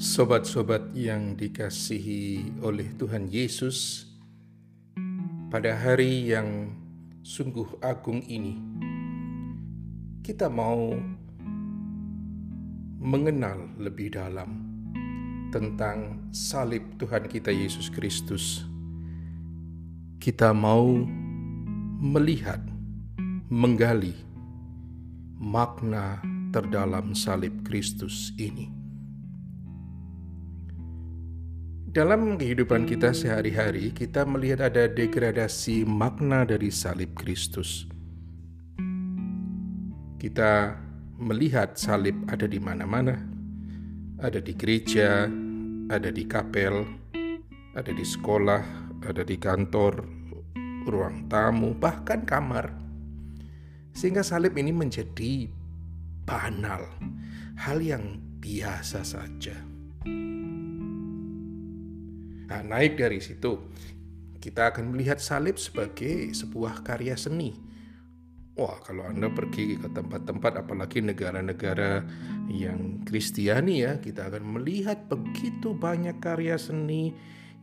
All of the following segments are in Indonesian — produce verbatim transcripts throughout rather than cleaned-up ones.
Sobat-sobat yang dikasihi oleh Tuhan Yesus, pada hari yang sungguh agung ini, kita mau mengenal lebih dalam tentang salib Tuhan kita Yesus Kristus. Kita mau melihat, menggali makna terdalam salib Kristus ini. Dalam kehidupan kita sehari-hari, kita melihat ada degradasi makna dari salib Kristus. Kita melihat salib ada di mana-mana. Ada di gereja, ada di kapel, ada di sekolah, ada di kantor, ruang tamu, bahkan kamar. Sehingga salib ini menjadi banal, hal yang biasa saja. Nah, naik dari situ, kita akan melihat salib sebagai sebuah karya seni. Wah, kalau Anda pergi ke tempat-tempat, apalagi negara-negara yang Kristiani ya, kita akan melihat begitu banyak karya seni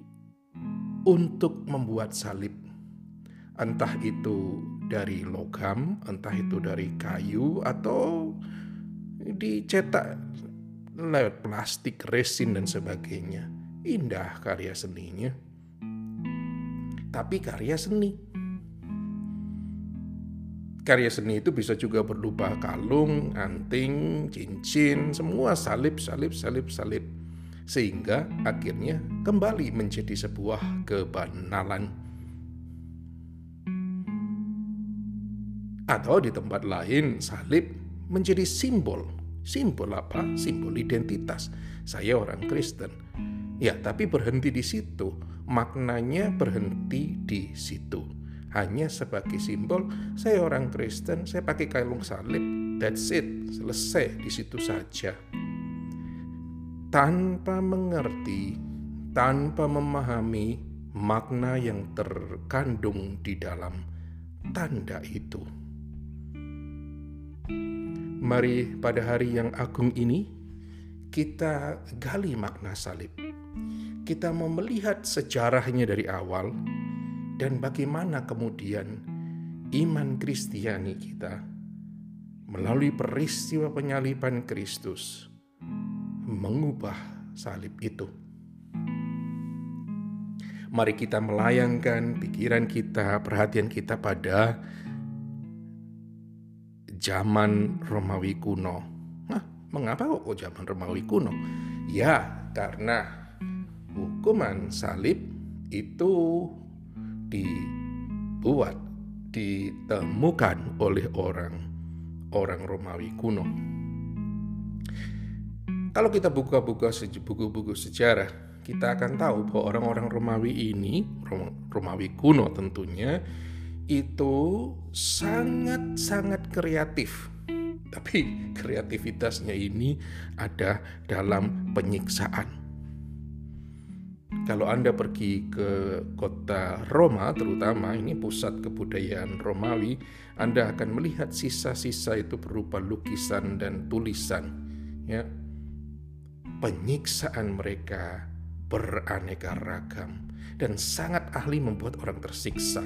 untuk membuat salib. Entah itu dari logam, entah itu dari kayu, atau dicetak lewat plastik, resin, dan sebagainya. Indah karya seninya, tapi karya seni. Karya seni itu bisa juga berupa kalung, anting, cincin, semua salib, salib, salib, salib. Sehingga akhirnya kembali menjadi sebuah kebanalan. Atau di tempat lain, salib menjadi simbol. Simbol apa? Simbol identitas. Saya orang Kristen. Ya, tapi berhenti di situ. Maknanya berhenti di situ. Hanya sebagai simbol, saya orang Kristen, saya pakai kalung salib. That's it, selesai di situ saja. Tanpa mengerti, tanpa memahami makna yang terkandung di dalam tanda itu. Mari pada hari yang agung ini, kita gali makna salib. Kita mau melihat sejarahnya dari awal dan bagaimana kemudian iman Kristiani kita melalui peristiwa penyaliban Kristus mengubah salib itu. Mari kita melayangkan pikiran kita, perhatian kita pada zaman Romawi kuno. Nah, mengapa kok zaman Romawi kuno? Ya, karena hukuman salib itu dibuat, ditemukan oleh orang-orang Romawi kuno. Kalau kita buka-buka buku-buku sejarah, kita akan tahu bahwa orang-orang Romawi ini, Romawi kuno tentunya, itu sangat-sangat kreatif. Tapi kreativitasnya ini ada dalam penyiksaan. Kalau Anda pergi ke kota Roma, terutama ini pusat kebudayaan Romawi, Anda akan melihat sisa-sisa itu berupa lukisan dan tulisan. Ya, penyiksaan mereka beraneka ragam dan sangat ahli membuat orang tersiksa.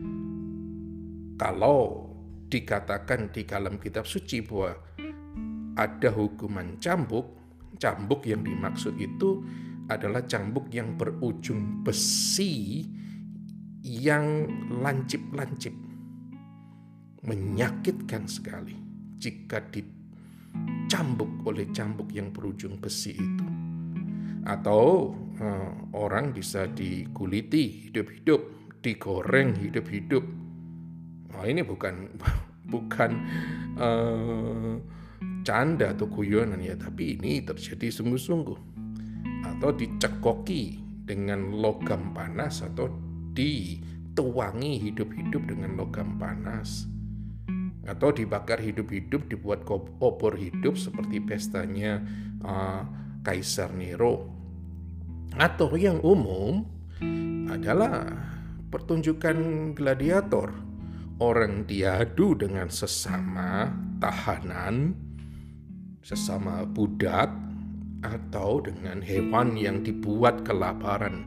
Kalau dikatakan di dalam kitab suci bahwa ada hukuman cambuk, cambuk yang dimaksud itu adalah cambuk yang berujung besi yang lancip-lancip. Menyakitkan sekali jika dicambuk oleh cambuk yang berujung besi itu. Atau eh, orang bisa dikuliti hidup-hidup, digoreng hidup-hidup. Nah, ini bukan bukan eh, canda atau guyonan ya, tapi ini terjadi sungguh-sungguh. Atau dicekoki dengan logam panas atau dituangi hidup-hidup dengan logam panas, atau dibakar hidup-hidup, dibuat obor hidup seperti pestanya uh, Kaisar Nero. Atau yang umum adalah pertunjukan gladiator, orang diadu dengan sesama tahanan, sesama budak, atau dengan hewan yang dibuat kelaparan.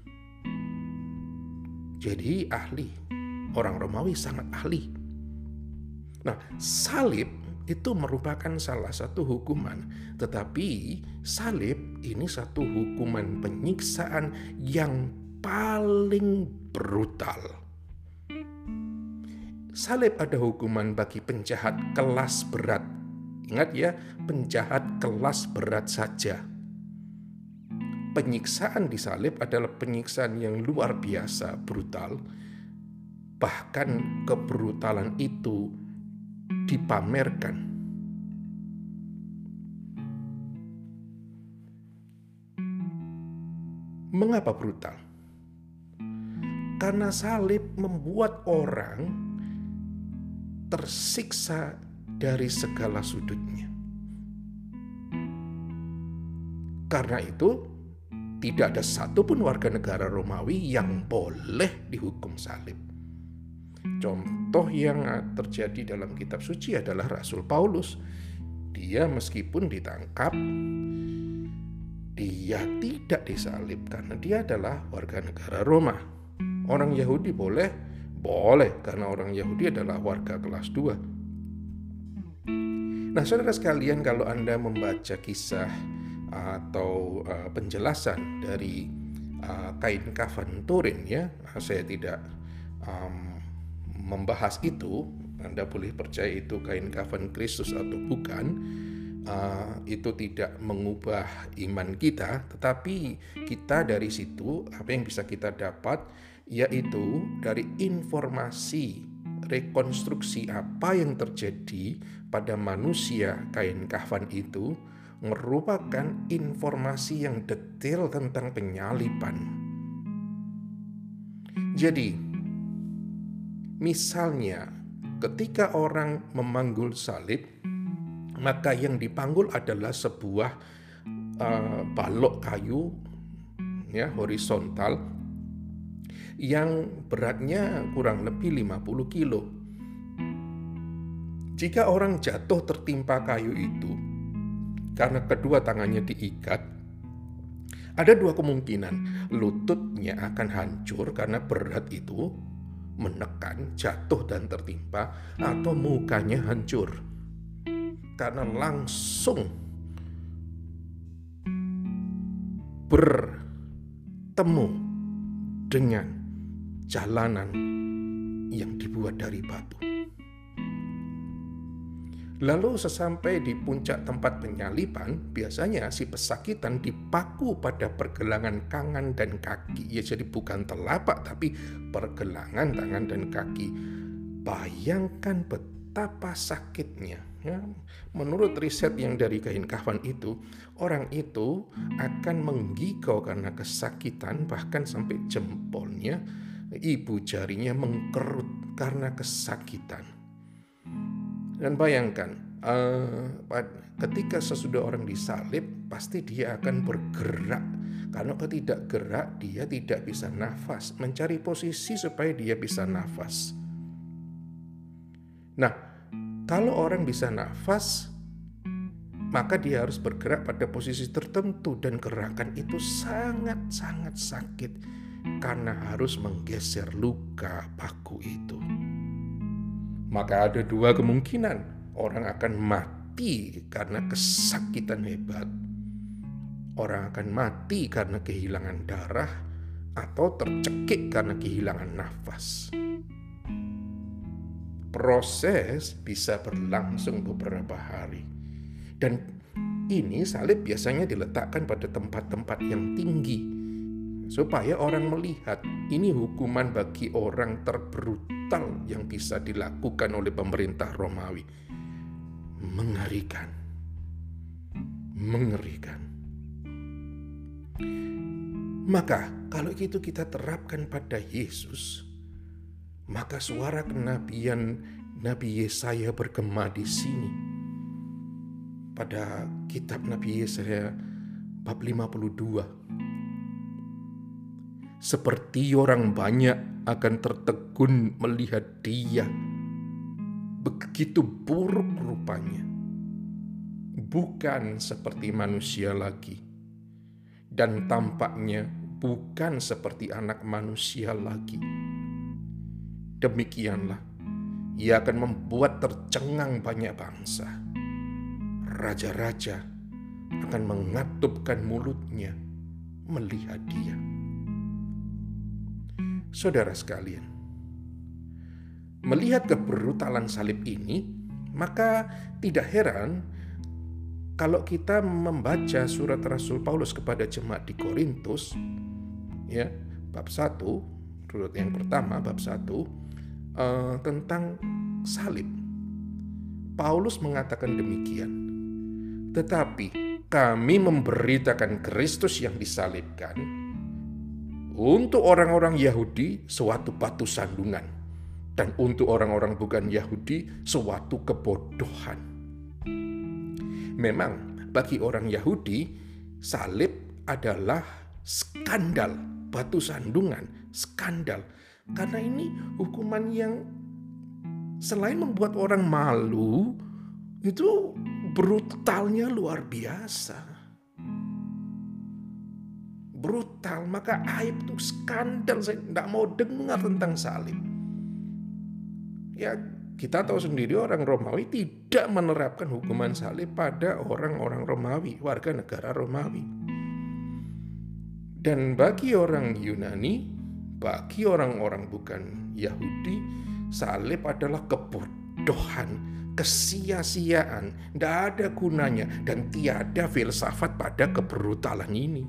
Jadi ahli, orang Romawi sangat ahli. Nah, salib itu merupakan salah satu hukuman, tetapi salib ini satu hukuman penyiksaan yang paling brutal. Salib ada hukuman bagi penjahat kelas berat. Ingat ya, penjahat kelas berat saja. Penyiksaan di salib adalah penyiksaan yang luar biasa brutal. Bahkan kebrutalan itu dipamerkan. Mengapa brutal? Karena salib membuat orang tersiksa dari segala sudutnya. Karena itu, tidak ada satupun warga negara Romawi yang boleh dihukum salib. Contoh yang terjadi dalam kitab suci adalah Rasul Paulus. Dia meskipun ditangkap, dia tidak disalib karena dia adalah warga negara Roma. Orang Yahudi boleh? Boleh, karena orang Yahudi adalah warga kelas dua. Nah, saudara sekalian, kalau Anda membaca kisah atau uh, penjelasan dari uh, kain kafan Turin, ya, saya tidak um, membahas itu. Anda boleh percaya itu kain kafan Kristus atau bukan. Uh, itu tidak mengubah iman kita, tetapi kita dari situ apa yang bisa kita dapat, yaitu dari informasi rekonstruksi apa yang terjadi pada manusia kain kafan itu merupakan informasi yang detail tentang penyaliban. Jadi, misalnya ketika orang memanggul salib, maka yang dipanggul adalah sebuah uh, balok kayu, ya, horizontal yang beratnya kurang lebih lima puluh kilo. Jika orang jatuh tertimpa kayu itu karena kedua tangannya diikat, ada dua kemungkinan. Lututnya akan hancur karena berat itu menekan, jatuh dan tertimpa, atau mukanya hancur karena langsung bertemu dengan jalanan yang dibuat dari batu. Lalu sesampai di puncak tempat penyaliban, biasanya si pesakitan dipaku pada pergelangan tangan dan kaki. Ya, jadi bukan telapak tapi pergelangan tangan dan kaki. Bayangkan betapa sakitnya. Ya, menurut riset yang dari kain kafan itu, orang itu akan menggigau karena kesakitan, bahkan sampai jempolnya, ibu jarinya mengkerut karena kesakitan. Dan bayangkan, uh, ketika sesudah orang disalib, pasti dia akan bergerak. Karena kalau tidak gerak, dia tidak bisa nafas. Mencari posisi supaya dia bisa nafas. Nah, kalau orang bisa nafas, maka dia harus bergerak pada posisi tertentu. Dan gerakan itu sangat-sangat sakit karena harus menggeser luka paku itu. Maka ada dua kemungkinan. Orang akan mati karena kesakitan hebat. Orang akan mati karena kehilangan darah, atau tercekik karena kehilangan nafas. Proses bisa berlangsung beberapa hari. Dan ini salib biasanya diletakkan pada tempat-tempat yang tinggi, supaya orang melihat ini hukuman bagi orang terbrutal yang bisa dilakukan oleh pemerintah Romawi. Mengerikan. Mengerikan. Maka kalau itu kita terapkan pada Yesus, maka suara kenabian Nabi Yesaya bergema di sini. Pada kitab Nabi Yesaya bab lima puluh dua. Seperti orang banyak akan tertegun melihat dia. Begitu buruk rupanya. bukan seperti manusia lagi, dan tampaknya bukan seperti anak manusia lagi. Demikianlah, ia akan membuat tercengang banyak bangsa. Raja-raja akan mengatupkan mulutnya melihat dia. Saudara sekalian, melihat kebrutalan salib ini, maka tidak heran kalau kita membaca surat Rasul Paulus kepada jemaat di Korintus, ya, bab satu, surat yang pertama, bab satu, uh, tentang salib. Paulus mengatakan demikian, tetapi kami memberitakan Kristus yang disalibkan untuk orang-orang Yahudi suatu batu sandungan, dan untuk orang-orang bukan Yahudi suatu kebodohan. Memang bagi orang Yahudi salib adalah skandal, batu sandungan, skandal. Karena ini hukuman yang selain membuat orang malu, itu brutalnya luar biasa. Brutal, maka aib itu skandal. Saya tidak mau dengar tentang salib. Ya, kita tahu sendiri orang Romawi tidak menerapkan hukuman salib pada orang-orang Romawi, warga negara Romawi. Dan bagi orang Yunani, bagi orang-orang bukan Yahudi, salib adalah kebodohan, kesia-siaan, tidak ada gunanya, dan tiada filsafat pada kebrutalan ini.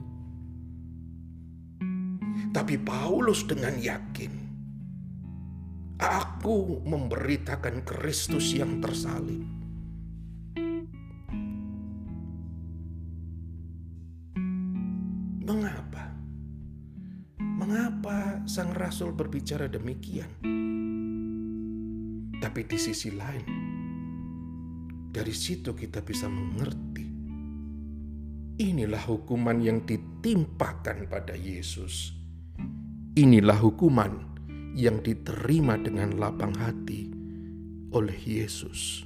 Tapi Paulus dengan yakin, aku memberitakan Kristus yang tersalib. Mengapa? Mengapa sang rasul berbicara demikian? Tapi di sisi lain, dari situ kita bisa mengerti, inilah hukuman yang ditimpakan pada Yesus. Inilah hukuman yang diterima dengan lapang hati oleh Yesus.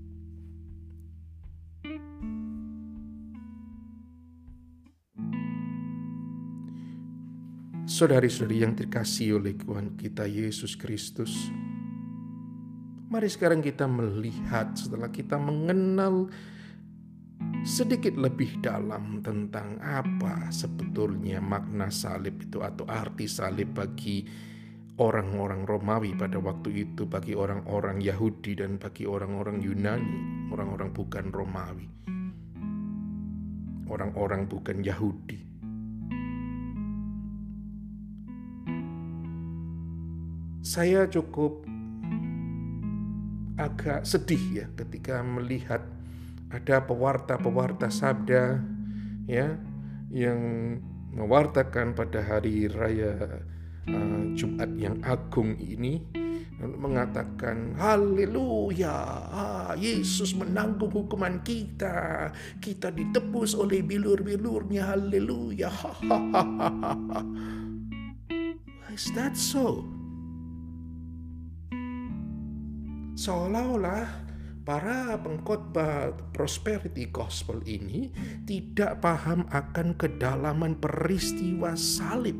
Saudari-saudari yang dikasihi oleh Tuhan kita Yesus Kristus, mari sekarang kita melihat setelah kita mengenal sedikit lebih dalam tentang apa sebetulnya makna salib itu atau arti salib bagi orang-orang Romawi pada waktu itu, bagi orang-orang Yahudi dan bagi orang-orang Yunani, orang-orang bukan Romawi, orang-orang bukan Yahudi. Saya cukup agak sedih ya ketika melihat ada pewarta-pewarta sabda ya yang mewartakan pada hari raya uh, Jumat yang agung ini mengatakan haleluya, ah, Yesus menanggung hukuman kita, kita ditebus oleh bilur-bilurnya, haleluya. Is that so? Seolah-olah para pengkhotbah prosperity gospel ini tidak paham akan kedalaman peristiwa salib.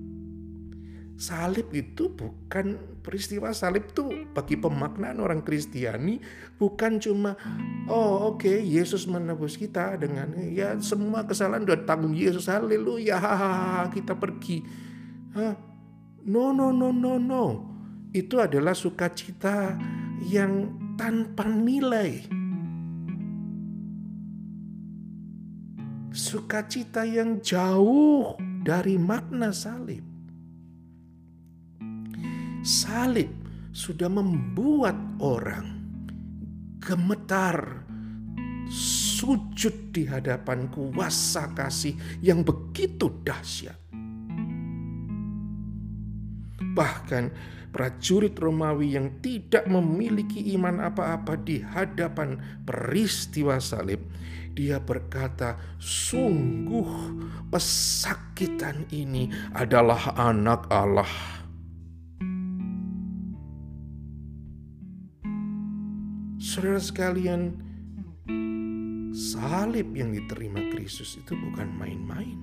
Salib itu bukan, peristiwa salib itu bagi pemaknaan orang Kristiani bukan cuma oh oke okay, Yesus menebus kita dengan ya semua kesalahan sudah tanggung Yesus, haleluya, kita pergi. Hah? No no no no no. Itu adalah sukacita yang tanpa nilai, sukacita yang jauh dari makna salib. Salib sudah membuat orang gemetar, sujud di hadapan kuasa kasih yang begitu dahsyat. Bahkan prajurit Romawi yang tidak memiliki iman apa-apa di hadapan peristiwa salib, dia berkata, sungguh pesakitan ini adalah anak Allah. Saudara sekalian, Salib yang diterima Kristus itu bukan main-main.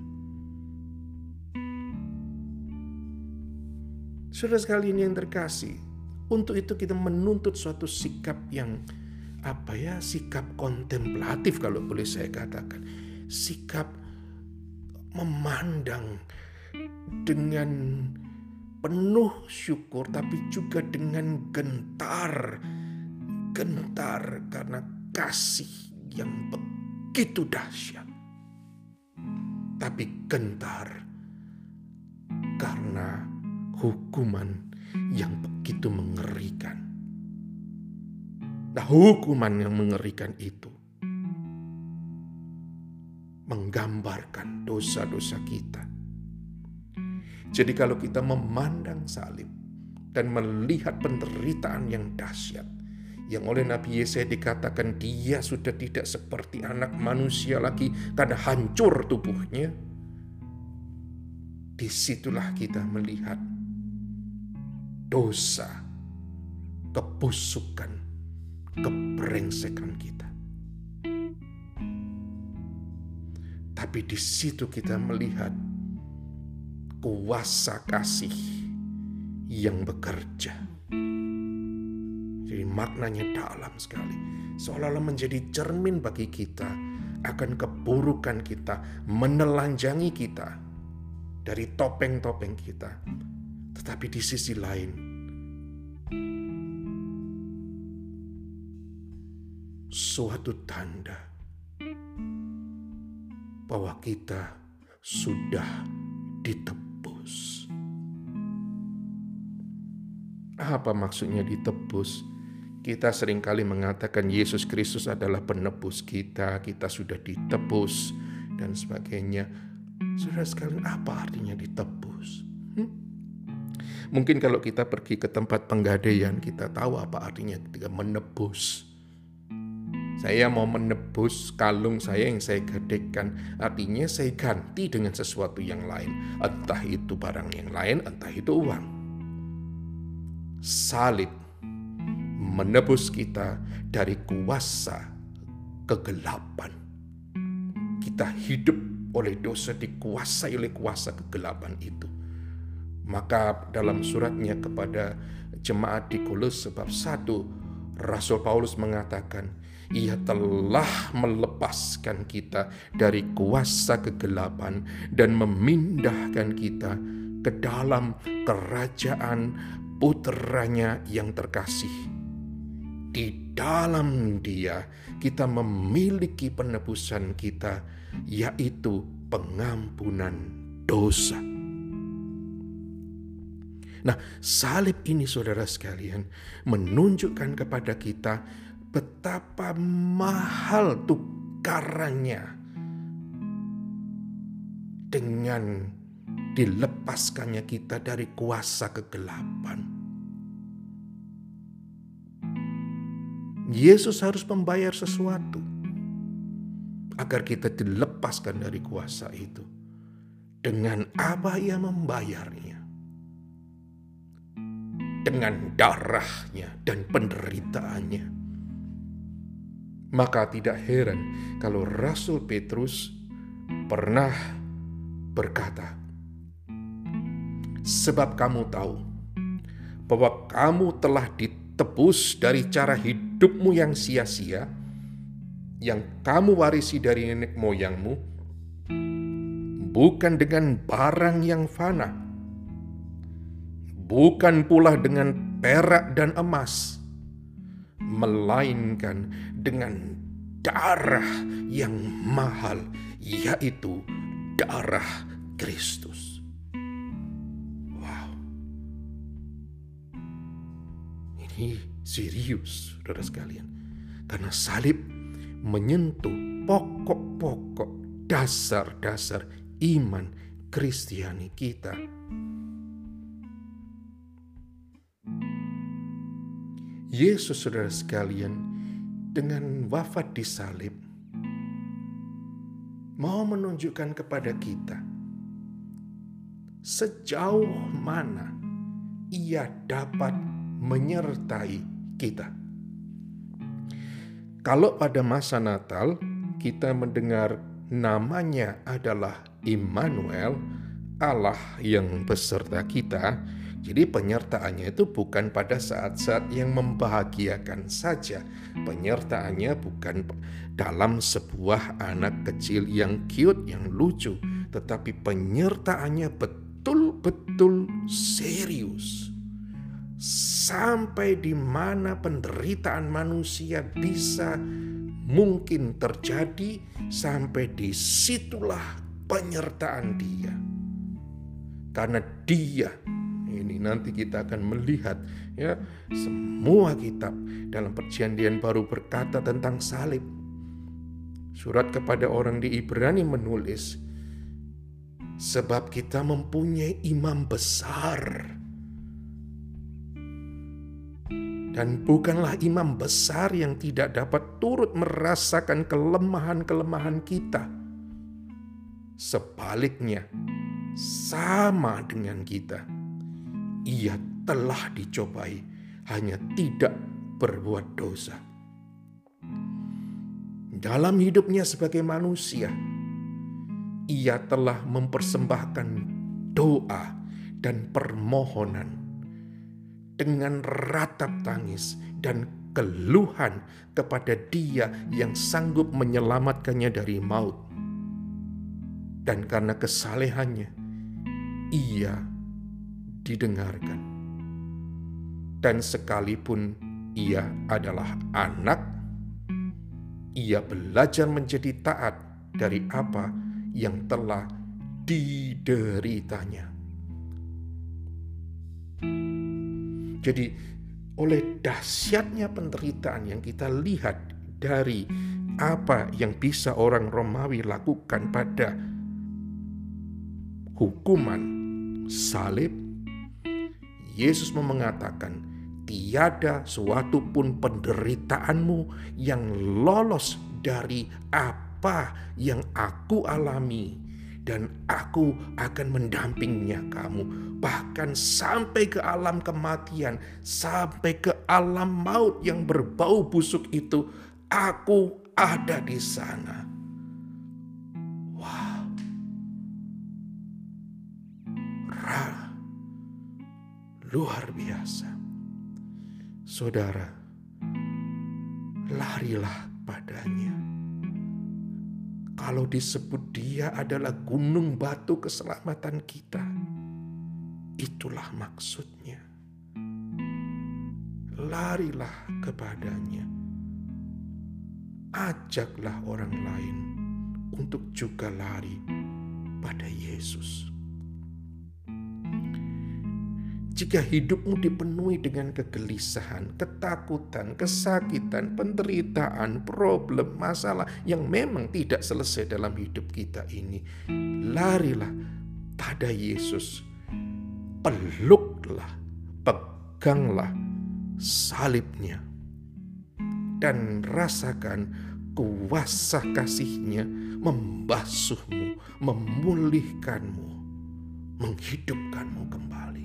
Saudara sekalian yang terkasih, untuk itu kita menuntut suatu sikap yang apa ya, sikap kontemplatif kalau boleh saya katakan. Sikap memandang dengan penuh syukur, tapi juga dengan gentar. Gentar karena kasih yang begitu dahsyat. Tapi gentar karena hukuman yang begitu mengerikan. Nah, hukuman yang mengerikan itu menggambarkan dosa-dosa kita. Jadi kalau kita memandang salib dan melihat penderitaan yang dahsyat, yang oleh Nabi Yesaya dikatakan dia sudah tidak seperti anak manusia lagi karena hancur tubuhnya, disitulah kita melihat dosa, kebusukan, kebrengsekan kita. Tapi di situ kita melihat kuasa kasih yang bekerja. Jadi maknanya dalam sekali. Seolah-olah menjadi cermin bagi kita akan keburukan kita, menelanjangi kita dari topeng-topeng kita. Tetapi di sisi lain, suatu tanda bahwa kita sudah ditebus. Apa maksudnya ditebus? Kita seringkali mengatakan Yesus Kristus adalah penebus kita, kita sudah ditebus dan sebagainya. Saudara sekalian, apa artinya ditebus? Hmm? Mungkin kalau kita pergi ke tempat penggadaian, kita tahu apa artinya ketika menebus. Saya mau menebus kalung saya yang saya gadaikan, artinya saya ganti dengan sesuatu yang lain. Entah itu barang yang lain, entah itu uang. Salib menebus kita dari kuasa kegelapan. Kita hidup oleh dosa, dikuasai oleh kuasa kegelapan itu. Maka dalam suratnya kepada jemaat di Kolose bab satu, Rasul Paulus mengatakan, Ia telah melepaskan kita dari kuasa kegelapan dan memindahkan kita ke dalam kerajaan puteranya yang terkasih. Di dalam Dia kita memiliki penebusan kita, yaitu pengampunan dosa. Nah, salib ini saudara sekalian menunjukkan kepada kita betapa mahal tukarannya dengan dilepaskannya kita dari kuasa kegelapan. Yesus harus membayar sesuatu agar kita dilepaskan dari kuasa itu. Dengan apa Ia membayarnya? Dengan darahnya dan penderitaannya. Maka tidak heran kalau Rasul Petrus pernah berkata, sebab kamu tahu bahwa kamu telah ditebus dari cara hidupmu yang sia-sia, yang kamu warisi dari nenek moyangmu, bukan dengan barang yang fana, bukan pula dengan perak dan emas, melainkan dengan darah yang mahal, yaitu darah Kristus. Wow. Ini serius, saudara sekalian. Karena salib menyentuh pokok-pokok dasar-dasar iman Kristiani kita. Yesus, saudara sekalian, dengan wafat di salib mau menunjukkan kepada kita sejauh mana Ia dapat menyertai kita. Kalau pada masa Natal kita mendengar namanya adalah Immanuel, Allah yang beserta kita. Jadi penyertaannya itu bukan pada saat-saat yang membahagiakan saja. Penyertaannya bukan dalam sebuah anak kecil yang cute, yang lucu, tetapi penyertaannya betul-betul serius. Sampai di mana penderitaan manusia bisa mungkin terjadi, sampai disitulah penyertaan Dia. Karena Dia, ini nanti kita akan melihat ya, semua kitab dalam Perjanjian Baru berkata tentang salib. Surat kepada orang di Ibrani menulis, sebab kita mempunyai imam besar, dan bukanlah imam besar yang tidak dapat turut merasakan kelemahan-kelemahan kita. Sebaliknya, sama dengan kita, Ia telah dicobai, hanya tidak berbuat dosa. Dalam hidupnya sebagai manusia, Ia telah mempersembahkan doa dan permohonan dengan ratap tangis dan keluhan kepada Dia yang sanggup menyelamatkannya dari maut. Dan karena kesalehannya, Ia didengarkan. Dan sekalipun Ia adalah anak, Ia belajar menjadi taat dari apa yang telah dideritanya. Jadi oleh dahsyatnya penderitaan yang kita lihat dari apa yang bisa orang Romawi lakukan pada hukuman salib, Yesus mengatakan, tiada suatu pun penderitaanmu yang lolos dari apa yang aku alami, dan aku akan mendampinginya kamu, bahkan sampai ke alam kematian, sampai ke alam maut yang berbau busuk itu, aku ada di sana. Wow. Ra, luar biasa. Saudara, larilah padanya. Kalau disebut Dia adalah gunung batu keselamatan kita, itulah maksudnya. Larilah kepadanya. Ajaklah orang lain untuk juga lari pada Yesus. Jika hidupmu dipenuhi dengan kegelisahan, ketakutan, kesakitan, penderitaan, problem, masalah yang memang tidak selesai dalam hidup kita ini, larilah pada Yesus. Peluklah, peganglah salibnya, dan rasakan kuasa kasih-Nya membasuhmu, memulihkanmu, menghidupkanmu kembali.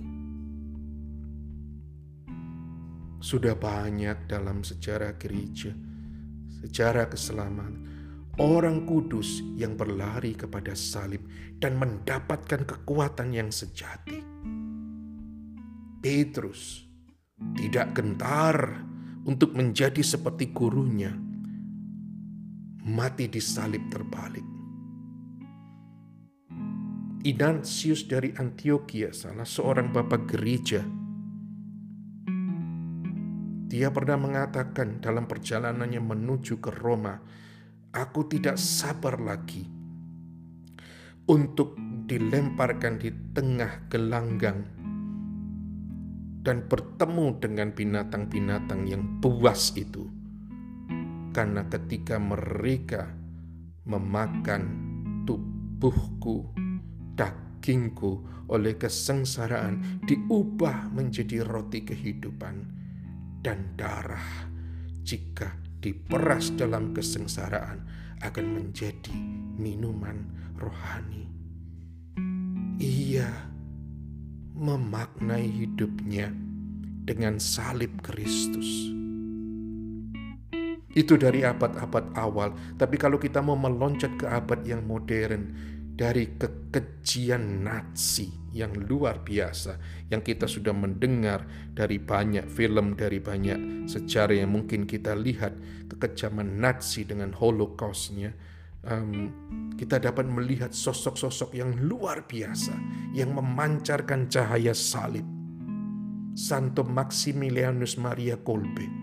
Sudah banyak dalam sejarah gereja, sejarah keselamatan, orang kudus yang berlari kepada salib dan mendapatkan kekuatan yang sejati. Petrus tidak gentar untuk menjadi seperti gurunya, mati di salib terbalik. Ignatius dari Antioquia, salah seorang bapak gereja, dia pernah mengatakan dalam perjalanannya menuju ke Roma, aku tidak sabar lagi untuk dilemparkan di tengah gelanggang dan bertemu dengan binatang-binatang yang buas itu. Karena ketika mereka memakan tubuhku, dagingku oleh kesengsaraan diubah menjadi roti kehidupan, dan darah jika diperas dalam kesengsaraan akan menjadi minuman rohani. Ia memaknai hidupnya dengan salib Kristus. Itu dari abad-abad awal. Tapi kalau kita mau meloncat ke abad yang modern, dari kekejian Nazi yang luar biasa, yang kita sudah mendengar dari banyak film, dari banyak sejarah yang mungkin kita lihat, kekejaman Nazi dengan Holocaustnya, um, kita dapat melihat sosok-sosok yang luar biasa, yang memancarkan cahaya salib. Santo Maximilianus Maria Kolbe,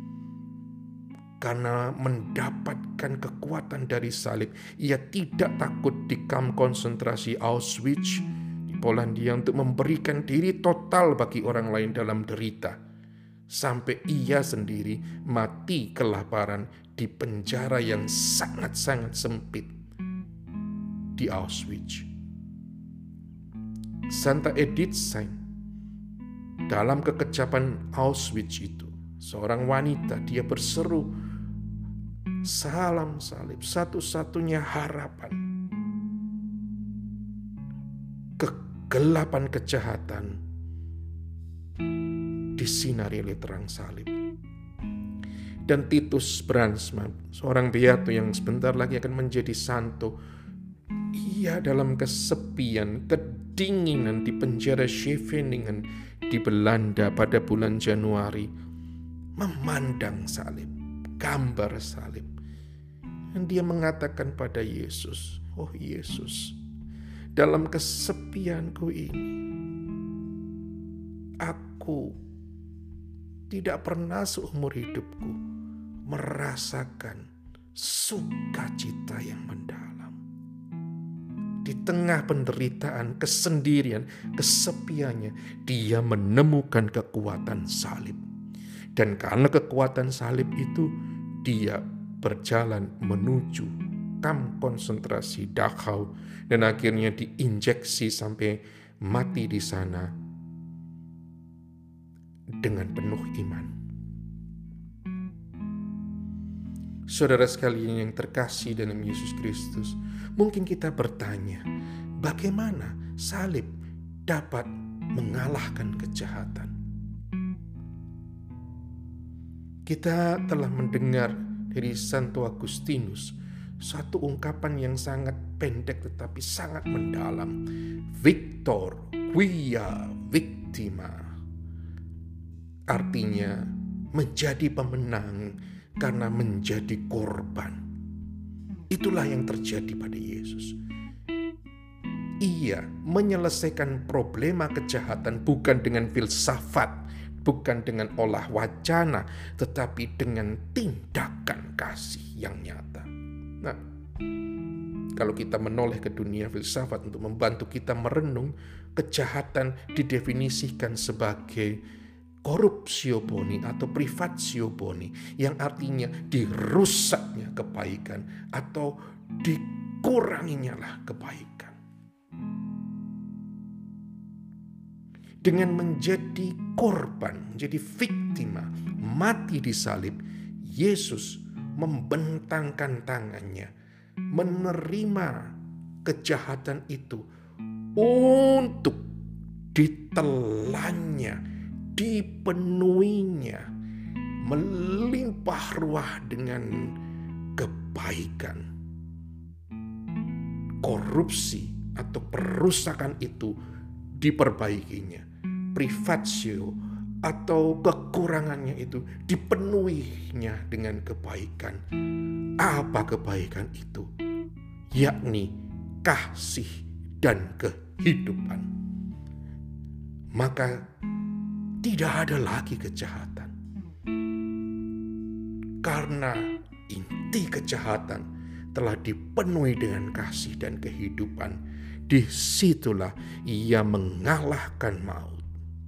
karena mendapatkan kekuatan dari salib, ia tidak takut di kamp konsentrasi Auschwitz di Polandia untuk memberikan diri total bagi orang lain dalam derita, sampai ia sendiri mati kelaparan di penjara yang sangat-sangat sempit di Auschwitz. Santa Edith Stein, dalam kekejaman Auschwitz itu, seorang wanita, dia berseru, "Salam salib, satu-satunya harapan." Kegelapan kejahatan disinari oleh terang salib. Dan Titus Brandsma, seorang beato yang sebentar lagi akan menjadi santo, ia dalam kesepian, kedinginan di penjara Scheveningen di Belanda pada bulan Januari, memandang salib, gambar salib. Dan dia mengatakan pada Yesus, "Oh Yesus, dalam kesepianku ini, aku tidak pernah seumur hidupku merasakan sukacita yang mendalam. Di tengah penderitaan, kesendirian, kesepiannya, dia menemukan kekuatan salib. Dan karena kekuatan salib itu, dia berjalan menuju kamp konsentrasi Dachau dan akhirnya diinjeksi sampai mati di sana dengan penuh iman. Saudara sekalian yang terkasih dalam Yesus Kristus, mungkin kita bertanya, bagaimana salib dapat mengalahkan kejahatan? Kita telah mendengar dari Santo Agustinus satu ungkapan yang sangat pendek tetapi sangat mendalam. Victor quia victima. Artinya menjadi pemenang karena menjadi korban. Itulah yang terjadi pada Yesus. Ia menyelesaikan problema kejahatan bukan dengan filsafat, bukan dengan olah wacana, tetapi dengan tindakan kasih yang nyata. Nah, kalau kita menoleh ke dunia filsafat untuk membantu kita merenung, kejahatan didefinisikan sebagai corruptio boni atau privatio boni, yang artinya dirusaknya kebaikan atau dikuranginya lah kebaikan. Dengan menjadi korban, menjadi viktima, mati di salib, Yesus membentangkan tangannya, menerima kejahatan itu untuk ditelannya, dipenuhinya, melimpah ruah dengan kebaikan. Korupsi atau perusakan itu diperbaikinya. Privatio atau kekurangannya itu dipenuhinya dengan kebaikan. Apa kebaikan itu? Yakni kasih dan kehidupan. Maka tidak ada lagi kejahatan. Karena inti kejahatan telah dipenuhi dengan kasih dan kehidupan. Disitulah ia mengalahkan maut.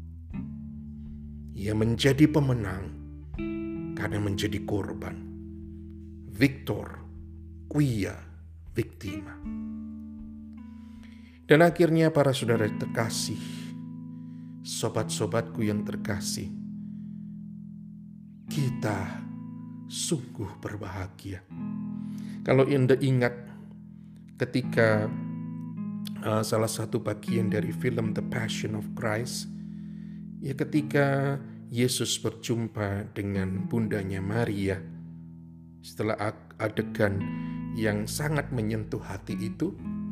Ia menjadi pemenang karena menjadi korban. Victor quia victima. Dan akhirnya para saudara terkasih, sobat-sobatku yang terkasih, kita sungguh berbahagia. Kalau Anda ingat ketika Uh, salah satu bagian dari film The Passion of Christ, ya ketika Yesus berjumpa dengan bundanya Maria, Setelah adegan yang sangat menyentuh hati itu,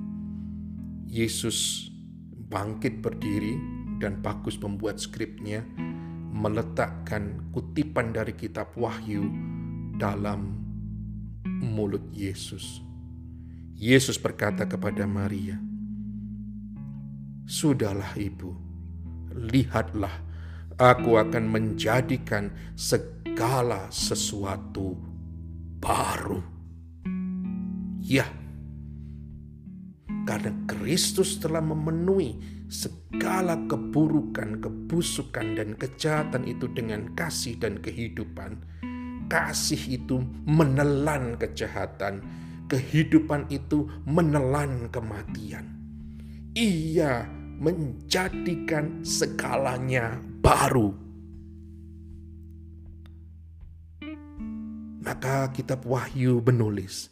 Yesus bangkit berdiri dan Bagus pembuat skripnya meletakkan kutipan dari kitab Wahyu dalam mulut Yesus. Yesus berkata kepada Maria, "Sudahlah ibu, lihatlah aku akan menjadikan segala sesuatu baru." Ya, karena Kristus telah memenuhi segala keburukan, kebusukan, dan kejahatan itu dengan kasih dan kehidupan. Kasih itu menelan kejahatan, kehidupan itu menelan kematian. Ia menjadikan segalanya baru. Maka kitab Wahyu menulis,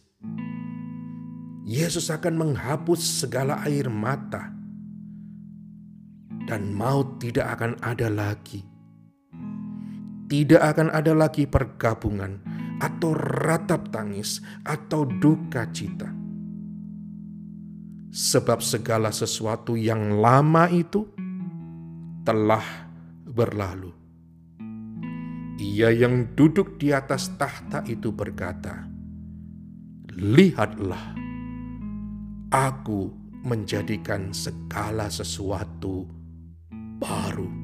Yesus akan menghapus segala air mata, dan maut tidak akan ada lagi. Tidak akan ada lagi pergabungan atau ratap tangis atau duka cita. Sebab segala sesuatu yang lama itu telah berlalu. Ia yang duduk di atas tahta itu berkata, "Lihatlah, aku menjadikan segala sesuatu baru."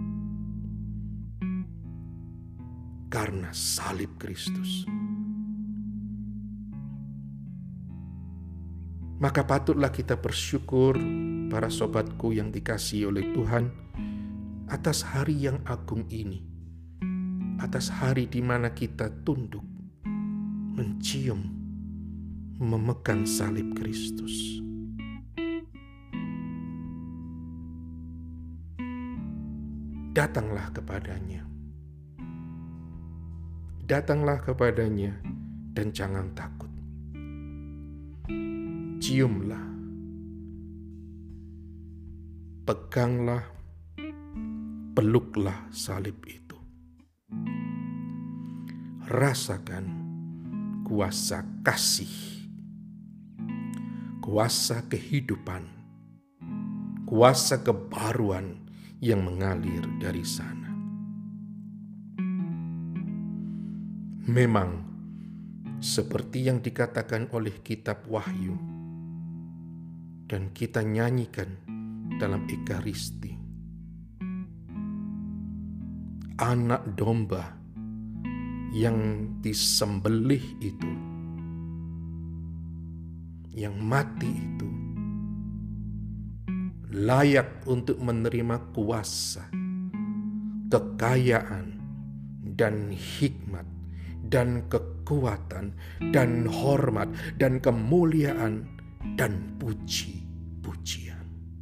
Karena salib Kristus. Maka patutlah kita bersyukur, para sobatku yang dikasihi oleh Tuhan, atas hari yang agung ini. Atas hari di mana kita tunduk, mencium, memegang salib Kristus. Datanglah kepadanya. Datanglah kepadanya dan jangan takut. Ciumlah, peganglah, peluklah salib itu. Rasakan kuasa kasih, kuasa kehidupan, kuasa kebaruan yang mengalir dari sana. Memang seperti yang dikatakan oleh kitab Wahyu dan kita nyanyikan dalam Ekaristi, anak domba yang disembelih itu, yang mati itu, layak untuk menerima kuasa, kekayaan, dan hikmat, dan kekuatan, dan hormat, dan kemuliaan, dan puji-pujian.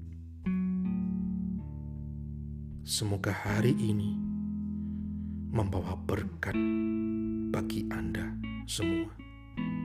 Semoga hari ini membawa berkat bagi Anda semua.